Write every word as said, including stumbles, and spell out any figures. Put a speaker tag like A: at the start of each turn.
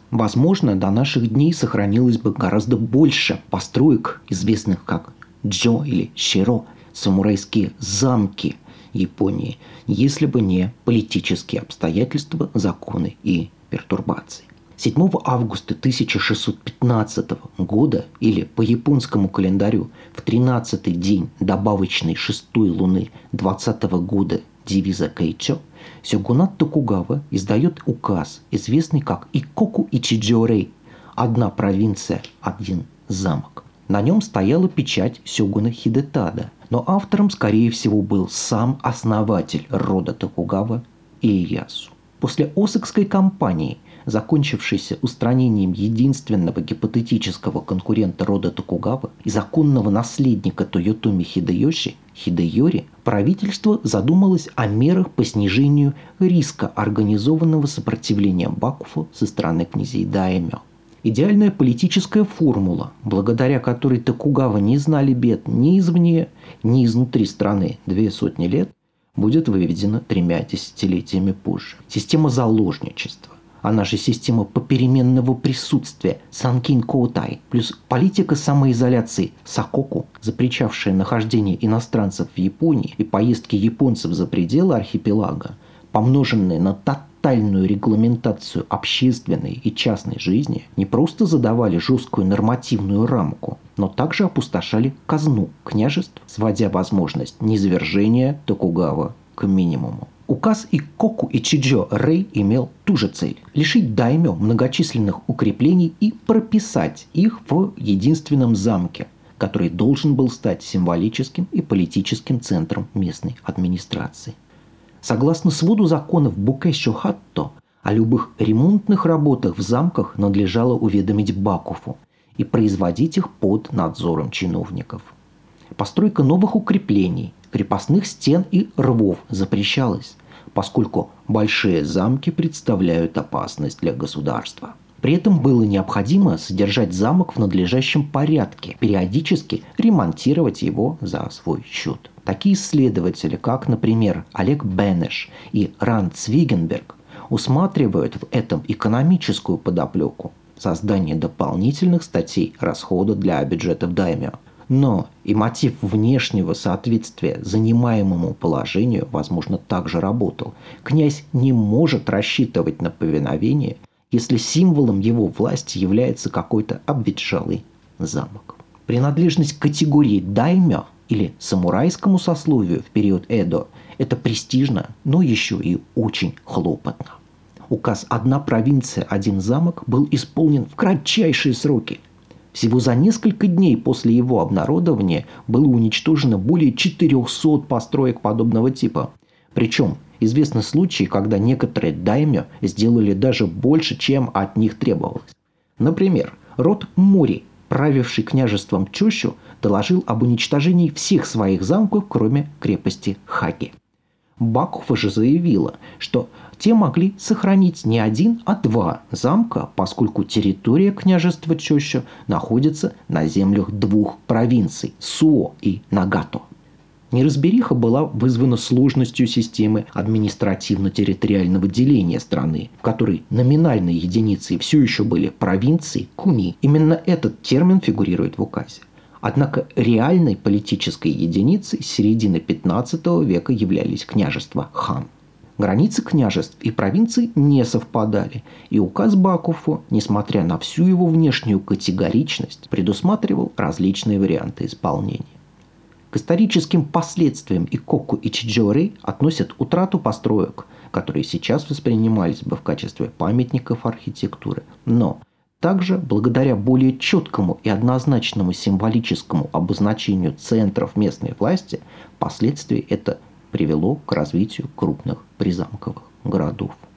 A: Возможно, до наших дней сохранилось бы гораздо больше построек, известных как джо или широ, самурайские замки Японии, если бы не политические обстоятельства, законы и пертурбации. седьмого августа тысяча шестьсот пятнадцатого года, или по японскому календарю в тринадцатый день добавочной шестой луны двадцатого года девиза Кейчо, сёгунат Токугава издает указ, известный как Иккоку Ичиджорей – одна провинция, один замок. На нем стояла печать сёгуна Хидетада, но автором, скорее всего, был сам основатель рода Токугава Иэясу. После Осакской кампании, закончившейся устранением единственного гипотетического конкурента рода Токугава и законного наследника Тойотоми Хидэёши, Хидэёри, правительство задумалось о мерах по снижению риска организованного сопротивления бакуфу со стороны князей даймё. Идеальная политическая формула, благодаря которой Токугава не знали бед ни извне, ни изнутри страны две сотни лет, будет выведена тремя десятилетиями позже. Система заложничества, она же система попеременного присутствия Санкин Коутай, плюс политика самоизоляции Сакоку, запрещавшая нахождение иностранцев в Японии и поездки японцев за пределы архипелага, помноженные на тотальную регламентацию общественной и частной жизни, не просто задавали жесткую нормативную рамку, но также опустошали казну княжеств, сводя возможность низвержения Токугава к минимуму. Указ Иккоку Ичиджо-рей имел ту же цель – лишить даймё многочисленных укреплений и прописать их в единственном замке, который должен был стать символическим и политическим центром местной администрации. Согласно своду законов Букэшо-хатто, о любых ремонтных работах в замках надлежало уведомить бакуфу и производить их под надзором чиновников. Постройка новых укреплений, крепостных стен и рвов запрещалась, поскольку большие замки представляют опасность для государства. При этом было необходимо содержать замок в надлежащем порядке, периодически ремонтировать его за свой счет. Такие исследователи, как, например, Олег Бенеш и Ранд Цвигенберг, усматривают в этом экономическую подоплеку создания дополнительных статей расхода для бюджетов даймё. Но и мотив внешнего соответствия занимаемому положению, возможно, также работал. Князь не может рассчитывать на повиновение, если символом его власти является какой-то обветшалый замок. Принадлежность к категории даймё или самурайскому сословию в период Эдо – это престижно, но еще и очень хлопотно. Указ «Одна провинция, один замок» был исполнен в кратчайшие сроки. Всего за несколько дней после его обнародования было уничтожено более четырехсот построек подобного типа. Причем известны случаи, когда некоторые даймё сделали даже больше, чем от них требовалось. Например, род Мори, правивший княжеством Чошу, доложил об уничтожении всех своих замков, кроме крепости Хаги. Бакуфа же заявила, что те могли сохранить не один, а два замка, поскольку территория княжества Чошу находится на землях двух провинций – Суо и Нагато. Неразбериха была вызвана сложностью системы административно-территориального деления страны, в которой номинальной единицей все еще были провинции Куми. Именно этот термин фигурирует в указе. Однако реальной политической единицей с середины пятнадцатого века являлись княжества Хан. Границы княжеств и провинций не совпадали, и указ Бакуфу, несмотря на всю его внешнюю категоричность, предусматривал различные варианты исполнения. К историческим последствиям Иккоку Ичиджо-рей относят утрату построек, которые сейчас воспринимались бы в качестве памятников архитектуры, но также, благодаря более четкому и однозначному символическому обозначению центров местной власти, впоследствии это привело к развитию крупных призамковых городов.